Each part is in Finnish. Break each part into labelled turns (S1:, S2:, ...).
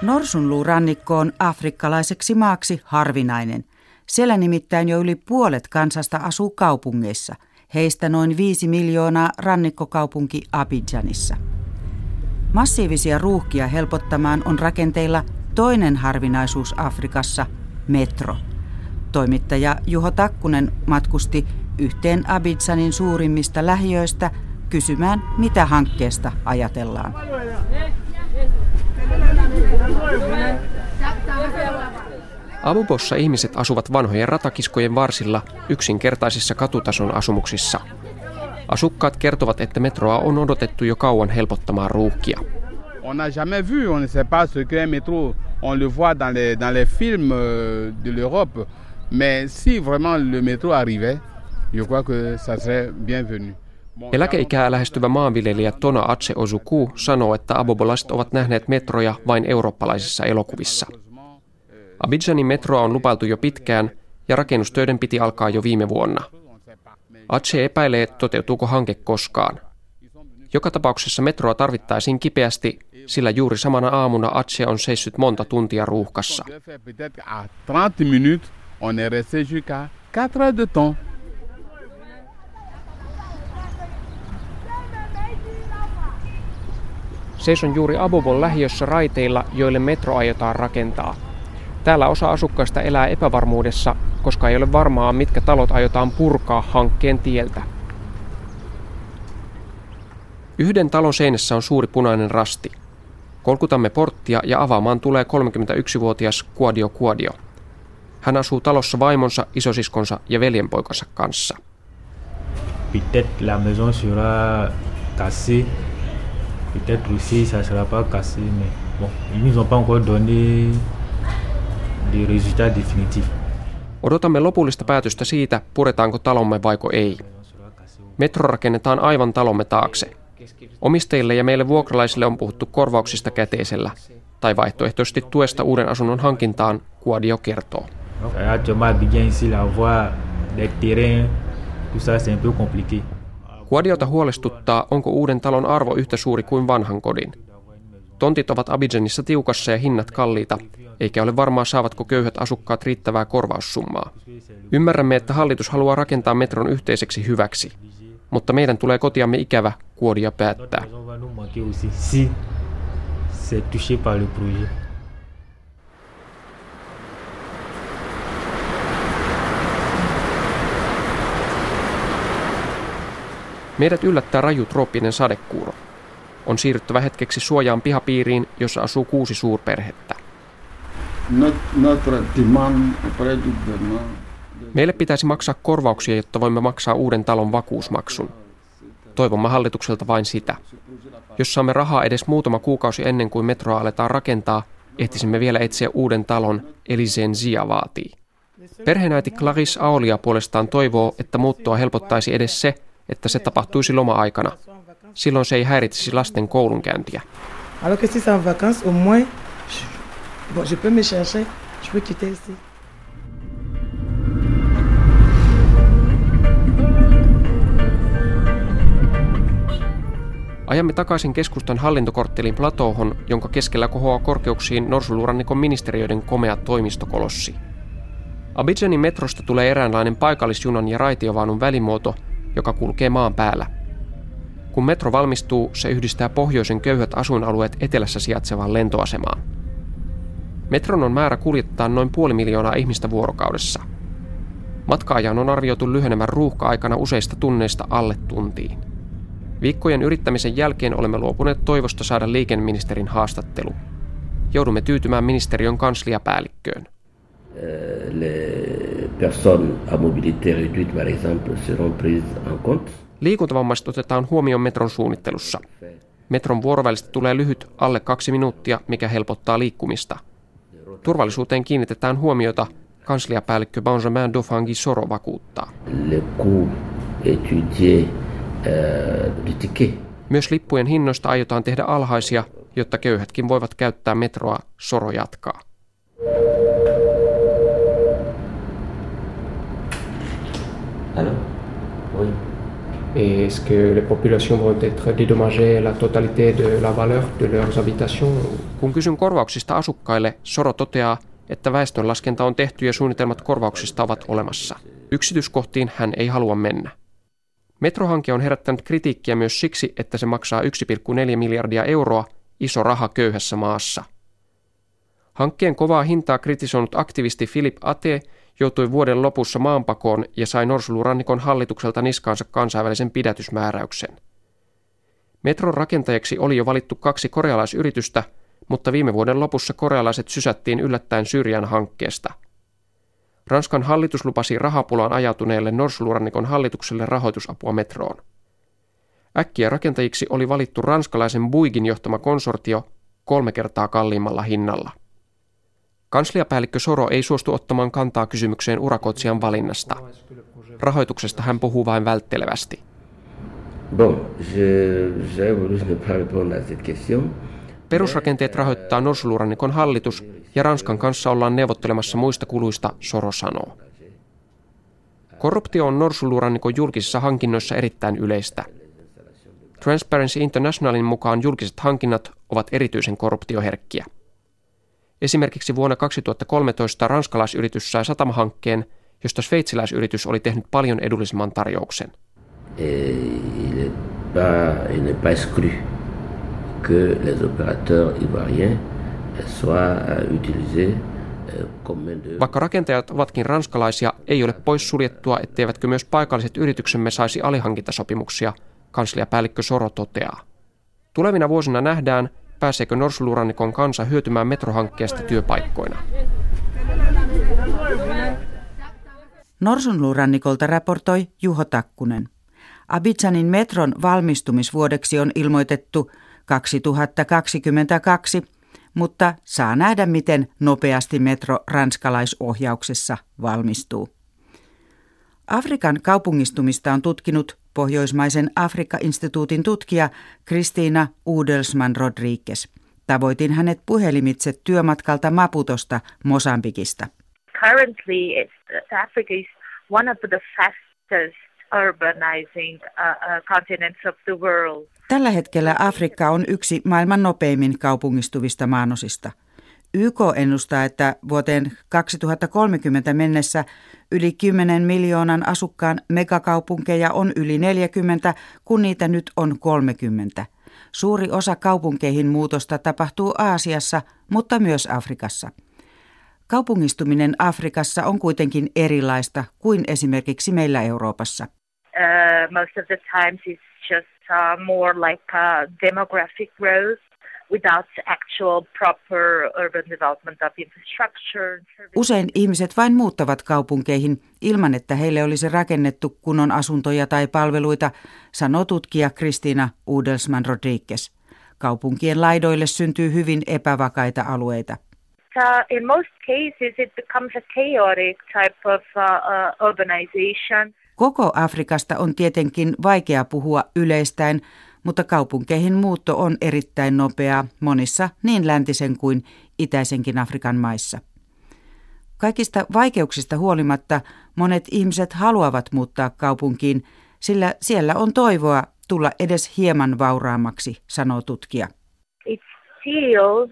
S1: Norsunluurannikko on afrikkalaiseksi maaksi harvinainen. Siellä nimittäin jo yli puolet kansasta asuu kaupungeissa. Heistä noin 5 miljoonaa rannikkokaupunki Abidjanissa. Massiivisia ruuhkia helpottamaan on rakenteilla toinen harvinaisuus Afrikassa, metro. Toimittaja Juho Takkunen matkusti yhteen Abidjanin suurimmista lähiöistä kysymään, mitä hankkeesta ajatellaan.
S2: Abobossa ihmiset asuvat vanhojen ratakiskojen varsilla yksinkertaisissa katutason asumuksissa. Asukkaat kertovat, että metroa on odotettu jo kauan helpottamaan ruuhkia.
S3: On n'a jamais vu, on ne sait pas ce qu'est un métro. On le voit dans les films de l'Europe. Mais si vraiment le métro arrivait, je crois que ça serait bienvenu.
S2: Eläkeikää lähestyvä maanviljelijä Tona Atse Ozuku sanoo, että abobolaiset ovat nähneet metroja vain eurooppalaisissa elokuvissa. Abidjanin metroa on lupailtu jo pitkään ja rakennustöiden piti alkaa jo viime vuonna. Atse epäilee, toteutuuko hanke koskaan. Joka tapauksessa metroa tarvittaisiin kipeästi, sillä juuri samana aamuna Atse on seissyt monta tuntia ruuhkassa. Seison juuri Abobon lähiössä raiteilla, joille metro aiotaan rakentaa. Täällä osa asukkaista elää epävarmuudessa, koska ei ole varmaa, mitkä talot aiotaan purkaa hankkeen tieltä. Yhden talon seinässä on suuri punainen rasti. Kolkutamme porttia ja avaamaan tulee 31-vuotias Kuadio Kuadio. Hän asuu talossa vaimonsa, isosiskonsa ja veljenpoikansa kanssa.
S4: Peut-être la maison sera cassée. Peut-être aussi ça sera pas cassé, mais bon, ils nous ont pas encore donné des résultats définitifs.
S2: Odotamme lopullista päätöstä siitä, puretaanko talomme vaiko ei. Metro rakennetaan aivan talomme taakse. Omistajille ja meille vuokralaisille on puhuttu korvauksista käteisellä tai vaihtoehtoisesti tuesta uuden asunnon hankintaan, Kuadio kertoo. Kuadiota huolestuttaa, onko uuden talon arvo yhtä suuri kuin vanhan kodin. Tontit ovat Abidjanissa tiukassa ja hinnat kalliita, eikä ole varmaa saavatko köyhät asukkaat riittävää korvaussummaa. Ymmärrämme, että hallitus haluaa rakentaa metron yhteiseksi hyväksi, mutta meidän tulee kotiamme ikävä, Kuadio päättää. Meidät yllättää raju trooppinen sadekuuro. On siirryttävä hetkeksi suojaan pihapiiriin, jossa asuu 6 suurperhettä. Meille pitäisi maksaa korvauksia, jotta voimme maksaa uuden talon vakuusmaksun. Toivomme hallitukselta vain sitä. Jos saamme rahaa edes muutama kuukausi ennen kuin metroa aletaan rakentaa, ehtisimme vielä etsiä uuden talon, eli sen Zia vaatii. Perheenäiti Clarisse Aolia puolestaan toivoo, että muuttoa helpottaisi edes se, että se tapahtuisi loma-aikana. Silloin se ei häiritsisi lasten koulunkäyntiä. Ajamme takaisin keskustan hallintokorttelin platoohon, jonka keskellä kohoaa korkeuksiin Norsunluurannikon ministeriöiden komea toimistokolossi. Abidjanin metrosta tulee eräänlainen paikallisjunan ja raitiovaunun välimuoto, joka kulkee maan päällä. Kun metro valmistuu, se yhdistää pohjoisen köyhät asuinalueet etelässä sijaitsevaan lentoasemaan. Metron on määrä kuljettaa noin 500,000 ihmistä vuorokaudessa. Matka-ajan on arvioitu lyhenevän ruuhka-aikana useista tunneista alle tuntiin. Viikkojen yrittämisen jälkeen olemme luopuneet toivosta saada liikenneministerin haastattelu. Joudumme tyytymään ministeriön kansliapäällikköön.
S5: Les personnes à mobilité réduite, par exemple, seront prises en compte.
S2: Liikuntavammaiset otetaan huomioon metron suunnittelussa. Metron vuorovälistä tulee lyhyt, alle 2 minuuttia, mikä helpottaa liikkumista. Turvallisuuteen kiinnitetään huomiota, kansliapäällikkö Benjamin Dauphin Soro vakuuttaa. Myös lippujen hinnoista aiotaan tehdä alhaisia, jotta köyhätkin voivat käyttää metroa, Soro jatkaa.
S5: Allô? Oui.
S2: Et est-ce que les populations vont être dédommagées la totalité de la valeur de leurs habitations? Kun kysyn korvauksista asukkaille, Soro toteaa, että väestönlaskenta on tehty ja suunnitelmat korvauksista ovat olemassa. Yksityiskohtiin hän ei halua mennä. Metrohanke on herättänyt kritiikkiä myös siksi, että se maksaa 1,4 miljardia euroa, iso raha köyhässä maassa. Hankkeen kovaa hintaa kritisoinut aktivisti Philippe Ate joutui vuoden lopussa maanpakoon ja sai Norsulurannikon hallitukselta niskaansa kansainvälisen pidätysmääräyksen. Metron rakentajaksi oli jo valittu 2 korealaisyritystä, mutta viime vuoden lopussa korealaiset sysättiin yllättäen syrjään hankkeesta. Ranskan hallitus lupasi rahapulaan ajautuneelle Norsulurannikon hallitukselle rahoitusapua metroon. Äkkiä rakentajiksi oli valittu ranskalaisen Bouyguin johtama konsortio 3 kertaa kalliimmalla hinnalla. Kansliapäällikkö Soro ei suostu ottamaan kantaa kysymykseen urakoitsijan valinnasta. Rahoituksesta hän puhuu vain välttelevästi. Perusrakenteet rahoittaa Norsulurannikon hallitus ja Ranskan kanssa ollaan neuvottelemassa muista kuluista, Soro sanoo. Korruptio on Norsulurannikon julkisissa hankinnoissa erittäin yleistä. Transparency Internationalin mukaan julkiset hankinnat ovat erityisen korruptioherkkiä. Esimerkiksi vuonna 2013 ranskalaisyritys sai satamahankkeen, josta sveitsiläisyritys oli tehnyt paljon edullisemman tarjouksen.
S5: Il n'est pas exclu que les opérateurs ivoiriens soient utilisés comme de...
S2: Vaikka rakentajat ovatkin ranskalaisia, ei ole poissuljettua, etteivätkö myös paikalliset yrityksemme saisi alihankintasopimuksia, kansliapäällikkö Soro toteaa. Tulevina vuosina nähdään, pääseekö Norsulurannikon kansa hyötymään metrohankkeesta työpaikkoina.
S1: Norsulurannikolta raportoi Juho Takkunen. Abidjanin metron valmistumisvuodeksi on ilmoitettu 2022, mutta saa nähdä, miten nopeasti metro ranskalaisohjauksessa valmistuu. Afrikan kaupungistumista on tutkinut Pohjoismaisen Afrikka-instituutin tutkija Kristiina Udelsman Rodriguez. Tavoitin hänet puhelimitse työmatkalta Maputosta, Mosambikista.
S6: Currently, Africa is one of the fastest urbanizing continents of the world.
S1: Tällä hetkellä Afrikka on yksi maailman nopeimmin kaupungistuvista maanosista. YK ennustaa, että vuoteen 2030 mennessä yli 10 miljoonan asukkaan megakaupunkeja on yli 40, kun niitä nyt on 30. Suuri osa kaupunkeihin muutosta tapahtuu Aasiassa, mutta myös Afrikassa. Kaupungistuminen Afrikassa on kuitenkin erilaista kuin esimerkiksi meillä Euroopassa.
S6: Most of the times it's just more like a demographic growth without actual proper urban development of infrastructure.
S1: Usein ihmiset vain muuttavat kaupunkeihin ilman, että heille olisi rakennettu kunnon asuntoja tai palveluita, sanoo tutkija Kristiina Udelsman Rodriguez. Kaupunkien laidoille syntyy hyvin epävakaita alueita.
S6: In most cases it becomes a chaotic type of urbanization.
S1: Koko Afrikasta on tietenkin vaikea puhua yleistäen, mutta kaupunkeihin muutto on erittäin nopeaa monissa niin läntisen kuin itäisenkin Afrikan maissa. Kaikista vaikeuksista huolimatta monet ihmiset haluavat muuttaa kaupunkiin, sillä siellä on toivoa tulla edes hieman vauraammaksi, sanoo tutkija.
S6: It's still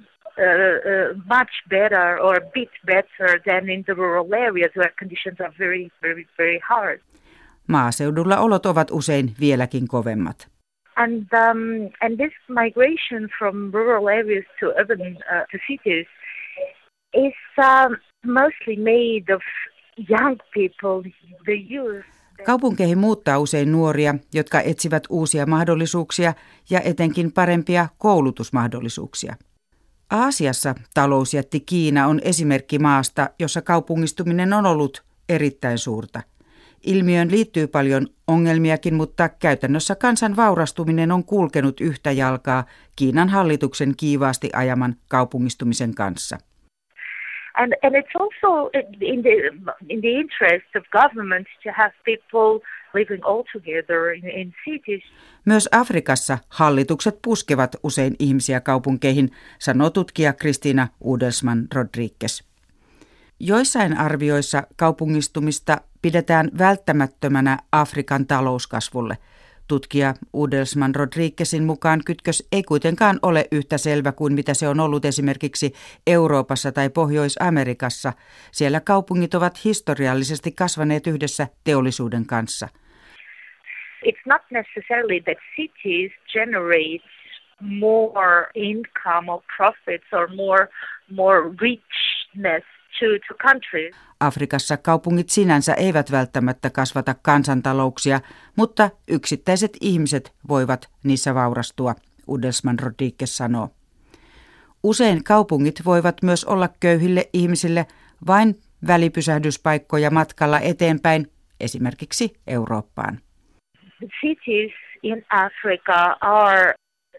S6: much better or a bit better than in the rural areas where conditions are very, very, very hard.
S1: Maaseudulla olot ovat usein vieläkin kovemmat.
S6: And this migration from rural areas to urban to cities is mostly made of young people, the youth.
S1: Kaupunkeihin muuttaa usein nuoria, jotka etsivät uusia mahdollisuuksia ja etenkin parempia koulutusmahdollisuuksia. Aasiassa talousjätti Kiina on esimerkki maasta, jossa kaupungistuminen on ollut erittäin suurta. Ilmiöön liittyy paljon ongelmiakin, mutta käytännössä kansan vaurastuminen on kulkenut yhtä jalkaa Kiinan hallituksen kiivaasti ajaman kaupungistumisen kanssa.
S6: And it's also in the interest of governments to have people living all together in cities.
S1: Myös Afrikassa hallitukset puskevat usein ihmisiä kaupunkeihin, sanoo tutkija Kristiina Udelsman Rodriguez. Joissain arvioissa kaupungistumista pidetään välttämättömänä Afrikan talouskasvulle. Tutkija Udelsman Rodriguezin mukaan kytkös ei kuitenkaan ole yhtä selvä kuin mitä se on ollut esimerkiksi Euroopassa tai Pohjois-Amerikassa. Siellä kaupungit ovat historiallisesti kasvaneet yhdessä teollisuuden kanssa.
S6: It's not necessarily that cities generate more income or profits or more richness to countries.
S1: Afrikassa kaupungit sinänsä eivät välttämättä kasvata kansantalouksia, mutta yksittäiset ihmiset voivat niissä vaurastua, Udelsman Rodriguez sanoo. Usein kaupungit voivat myös olla köyhille ihmisille vain välipysähdyspaikkoja matkalla eteenpäin, esimerkiksi Eurooppaan.
S6: Cities in Africa are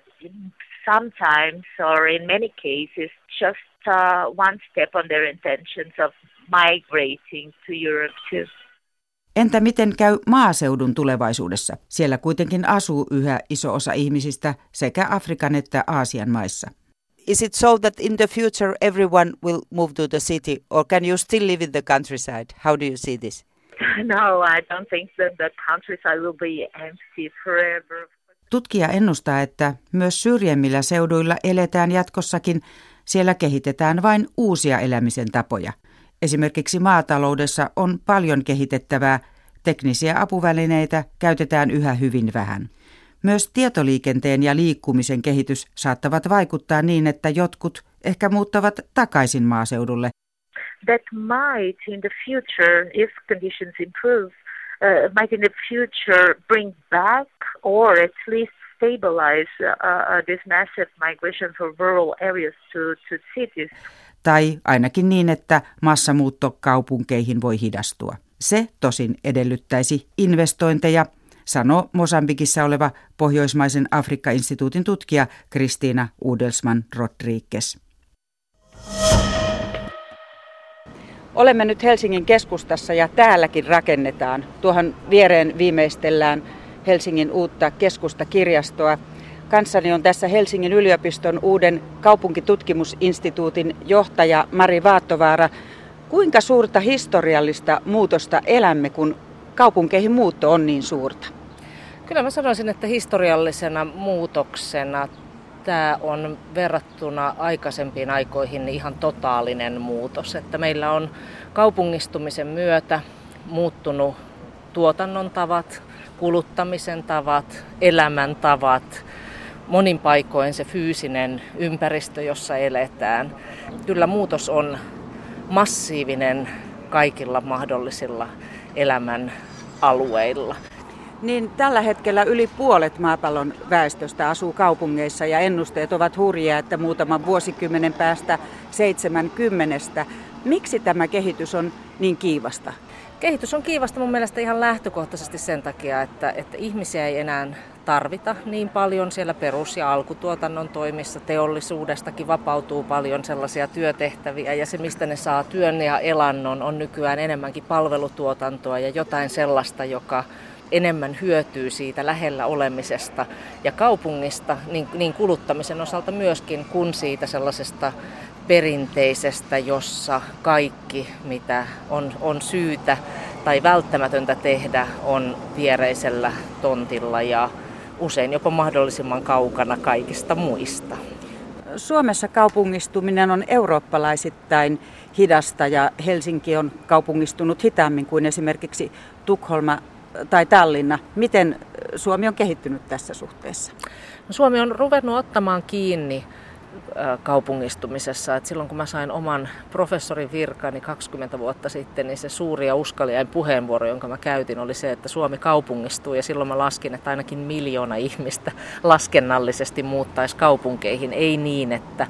S6: sometimes or in many cases just one step on their intentions of migrating to Europe too.
S1: Entä miten käy maaseudun tulevaisuudessa? Siellä kuitenkin asuu yhä iso osa ihmisistä sekä Afrikan että Aasian maissa.
S7: Is it so that in the future everyone will move to the city, or can you still live in the countryside? How do you see this?
S6: No, I don't think that the countryside will be empty forever.
S1: Tutkija ennustaa, että myös syrjemmillä seuduilla eletään jatkossakin. Siellä kehitetään vain uusia elämisen tapoja. Esimerkiksi maataloudessa on paljon kehitettävää. Teknisiä apuvälineitä käytetään yhä hyvin vähän. Myös tietoliikenteen ja liikkumisen kehitys saattavat vaikuttaa niin, että jotkut ehkä muuttavat takaisin maaseudulle.
S6: That might in the future, if conditions improve, might in the future bring back or at least stabilize this massive migration from rural areas to cities.
S1: Tai ainakin niin, että massamuutto kaupunkeihin voi hidastua. Se tosin edellyttäisi investointeja, sanoo Mosambikissa oleva Pohjoismaisen Afrikka-instituutin tutkija Kristiina Udelsman Rodriguez.
S8: Olemme nyt Helsingin keskustassa ja täälläkin rakennetaan. Tuohon viereen viimeistellään Helsingin uutta keskustakirjastoa. Kanssani on tässä Helsingin yliopiston uuden kaupunkitutkimusinstituutin johtaja Mari Vaattovaara. Kuinka suurta historiallista muutosta elämme, kun kaupunkeihin muutto on niin suurta?
S9: Kyllä mä sanoisin, että historiallisena muutoksena tämä on verrattuna aikaisempiin aikoihin ihan totaalinen muutos. Että meillä on kaupungistumisen myötä muuttunut tuotannon tavat, kuluttamisen tavat, elämäntavat, monin paikoin se fyysinen ympäristö, jossa eletään. Kyllä muutos on massiivinen kaikilla mahdollisilla elämän alueilla.
S8: Niin tällä hetkellä yli puolet maapallon väestöstä asuu kaupungeissa ja ennusteet ovat hurjia, että muutaman vuosikymmenen päästä 70. Miksi tämä kehitys on niin kiivasta?
S9: Kehitys on kiivasta mun mielestä ihan lähtökohtaisesti sen takia, että ihmisiä ei enää tarvita niin paljon siellä perus- ja alkutuotannon toimissa. Teollisuudestakin vapautuu paljon sellaisia työtehtäviä ja se, mistä ne saa työn ja elannon, on nykyään enemmänkin palvelutuotantoa ja jotain sellaista, joka enemmän hyötyy siitä lähellä olemisesta ja kaupungista, niin kuluttamisen osalta myöskin, kuin siitä sellaisesta perinteisestä, jossa kaikki, mitä on syytä tai välttämätöntä tehdä, on viereisellä tontilla ja usein jopa mahdollisimman kaukana kaikista muista.
S8: Suomessa kaupungistuminen on eurooppalaisittain hidasta ja Helsinki on kaupungistunut hitaammin kuin esimerkiksi Tukholma tai Tallinna. Miten Suomi on kehittynyt tässä suhteessa?
S9: Suomi on ruvennut ottamaan kiinni kaupungistumisessa. Et silloin kun mä sain oman professorin virkani 20 vuotta sitten, niin se suuri ja uskaliain puheenvuoro, jonka mä käytin, oli se, että Suomi kaupungistuu. Ja silloin mä laskin, että ainakin 1 miljoona ihmistä laskennallisesti muuttaisi kaupunkeihin. Ei niin,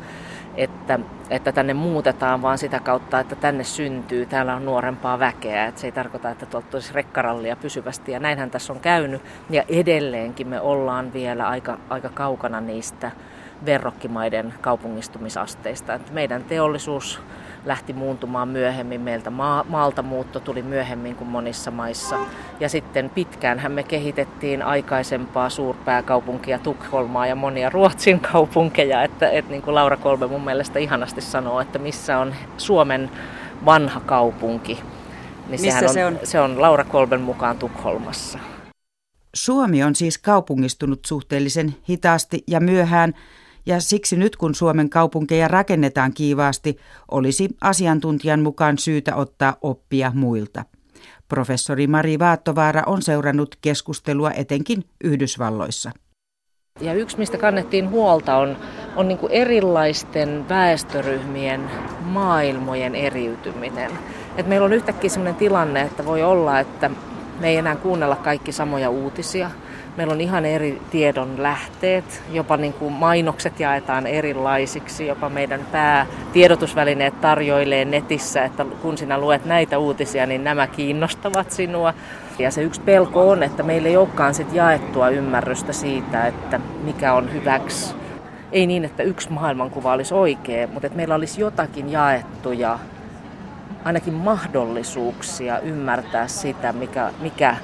S9: että tänne muutetaan, vaan sitä kautta, että tänne syntyy. Täällä on nuorempaa väkeä. Et se ei tarkoita, että tuolta olisi rekkarallia pysyvästi. Ja näinhän tässä on käynyt. Ja edelleenkin me ollaan vielä aika kaukana niistä verrokkimaiden kaupungistumisasteista. Et meidän teollisuus lähti muuntumaan myöhemmin. Meiltä maalta muutto tuli myöhemmin kuin monissa maissa. Ja sitten pitkäänhän me kehitettiin aikaisempaa suurpääkaupunkia Tukholmaa ja monia Ruotsin kaupunkeja. Että niin kuin Laura Kolbe mun mielestä ihanasti sanoo, että missä on Suomen vanha kaupunki. Niin
S8: missä
S9: se on Laura Kolben mukaan Tukholmassa.
S1: Suomi on siis kaupungistunut suhteellisen hitaasti ja myöhään, ja siksi nyt kun Suomen kaupunkeja rakennetaan kiivaasti, olisi asiantuntijan mukaan syytä ottaa oppia muilta. Professori Mari Vaattovaara on seurannut keskustelua etenkin Yhdysvalloissa.
S9: Ja yksi, mistä kannettiin huolta, on niin kuin erilaisten väestöryhmien maailmojen eriytyminen. Et meillä on yhtäkkiä sellainen tilanne, että voi olla, että me ei enää kuunnella kaikki samoja uutisia. Meillä on ihan eri tiedon lähteet, jopa niin kuin mainokset jaetaan erilaisiksi, jopa meidän päätiedotusvälineet tarjoilee netissä, että kun sinä luet näitä uutisia, niin nämä kiinnostavat sinua. Ja se yksi pelko on, että meillä ei olekaan sit jaettua ymmärrystä siitä, että mikä on hyväksi. Ei niin, että yksi maailmankuva olisi oikea, mutta että meillä olisi jotakin jaettuja, ainakin mahdollisuuksia ymmärtää sitä, mikä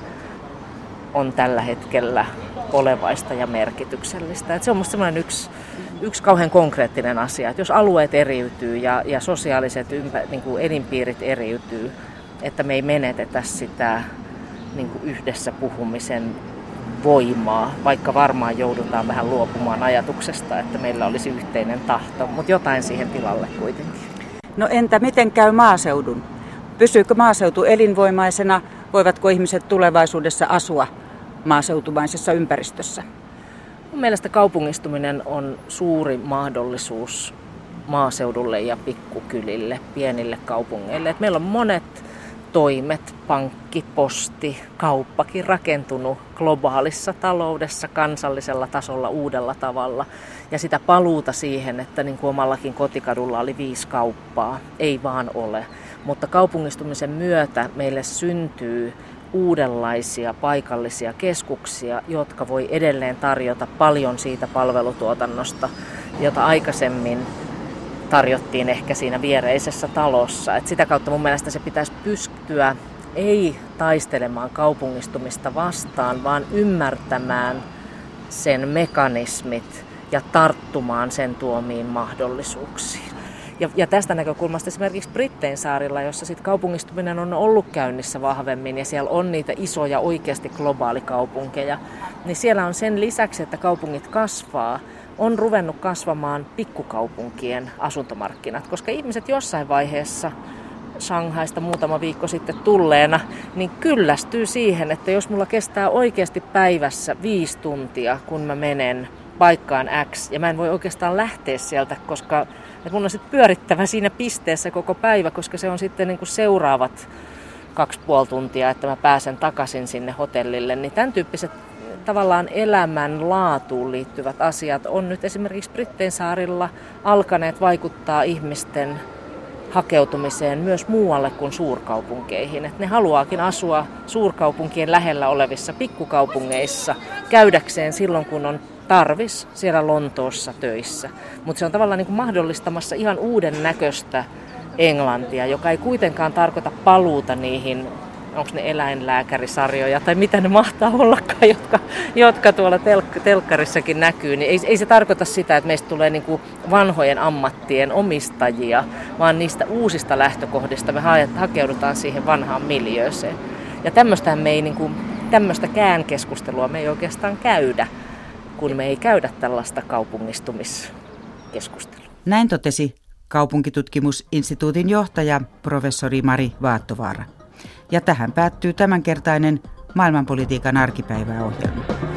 S9: on tällä hetkellä olevaista ja merkityksellistä. Et se on minusta sellainen yksi kauhean konkreettinen asia, että jos alueet eriytyy ja sosiaaliset niin kuin elinpiirit eriytyy, että me ei menetetä sitä niin kuin yhdessä puhumisen voimaa, vaikka varmaan joudutaan vähän luopumaan ajatuksesta, että meillä olisi yhteinen tahto, mutta jotain siihen tilalle kuitenkin.
S8: No entä miten käy maaseudun? Pysyykö maaseutu elinvoimaisena? Voivatko ihmiset tulevaisuudessa asua maaseutumaisessa ympäristössä?
S9: Mun mielestä kaupungistuminen on suuri mahdollisuus maaseudulle ja pikkukylille, pienille kaupungeille. Et meillä on monet toimet, pankki, posti, kauppakin rakentunut globaalissa taloudessa, kansallisella tasolla uudella tavalla. Ja sitä paluuta siihen, että niin kuin omallakin kotikadulla oli 5 kauppaa, ei vaan ole. Mutta kaupungistumisen myötä meille syntyy uudenlaisia paikallisia keskuksia, jotka voi edelleen tarjota paljon siitä palvelutuotannosta, jota aikaisemmin tarjottiin ehkä siinä viereisessä talossa. Et sitä kautta mun mielestä se pitäisi pystyä ei taistelemaan kaupungistumista vastaan, vaan ymmärtämään sen mekanismit ja tarttumaan sen tuomiin mahdollisuuksiin. Ja tästä näkökulmasta esimerkiksi Brittein saarilla, jossa sit kaupungistuminen on ollut käynnissä vahvemmin ja siellä on niitä isoja oikeasti globaalikaupunkeja, niin siellä on sen lisäksi, että kaupungit kasvaa, on ruvennut kasvamaan pikkukaupunkien asuntomarkkinat, koska ihmiset jossain vaiheessa Shanghaista muutama viikko sitten tulleena, niin kyllästyy siihen, että jos mulla kestää oikeasti päivässä 5 tuntia, kun mä menen paikkaan X, ja mä en voi oikeastaan lähteä sieltä, koska mun on sitten pyörittävä siinä pisteessä koko päivä, koska se on sitten niin kuin seuraavat 2,5 tuntia, että mä pääsen takaisin sinne hotellille, niin tämän tyyppiset tavallaan elämän laatuun liittyvät asiat on nyt esimerkiksi Brittein saarilla alkaneet vaikuttaa ihmisten hakeutumiseen myös muualle kuin suurkaupunkeihin. Et ne haluaakin asua suurkaupunkien lähellä olevissa pikkukaupungeissa käydäkseen silloin, kun on tarvis siellä Lontoossa töissä. Mutta se on tavallaan niin kuin mahdollistamassa ihan uuden näköistä Englantia, joka ei kuitenkaan tarkoita paluuta niihin, onko ne eläinlääkärisarjoja tai mitä ne mahtaa ollakaan, jotka tuolla telkkarissakin näkyy, niin ei se tarkoita sitä, että meistä tulee niin kuin vanhojen ammattien omistajia, vaan niistä uusista lähtökohdista me hakeudutaan siihen vanhaan miljööseen. Ja tämmöistäkään keskustelua me ei oikeastaan käydä, kun me ei käydä tällaista kaupungistumiskeskustelua.
S1: Näin totesi Kaupunkitutkimusinstituutin johtaja professori Mari Vaattovaara. Ja tähän päättyy tämänkertainen maailmanpolitiikan arkipäiväohjelma.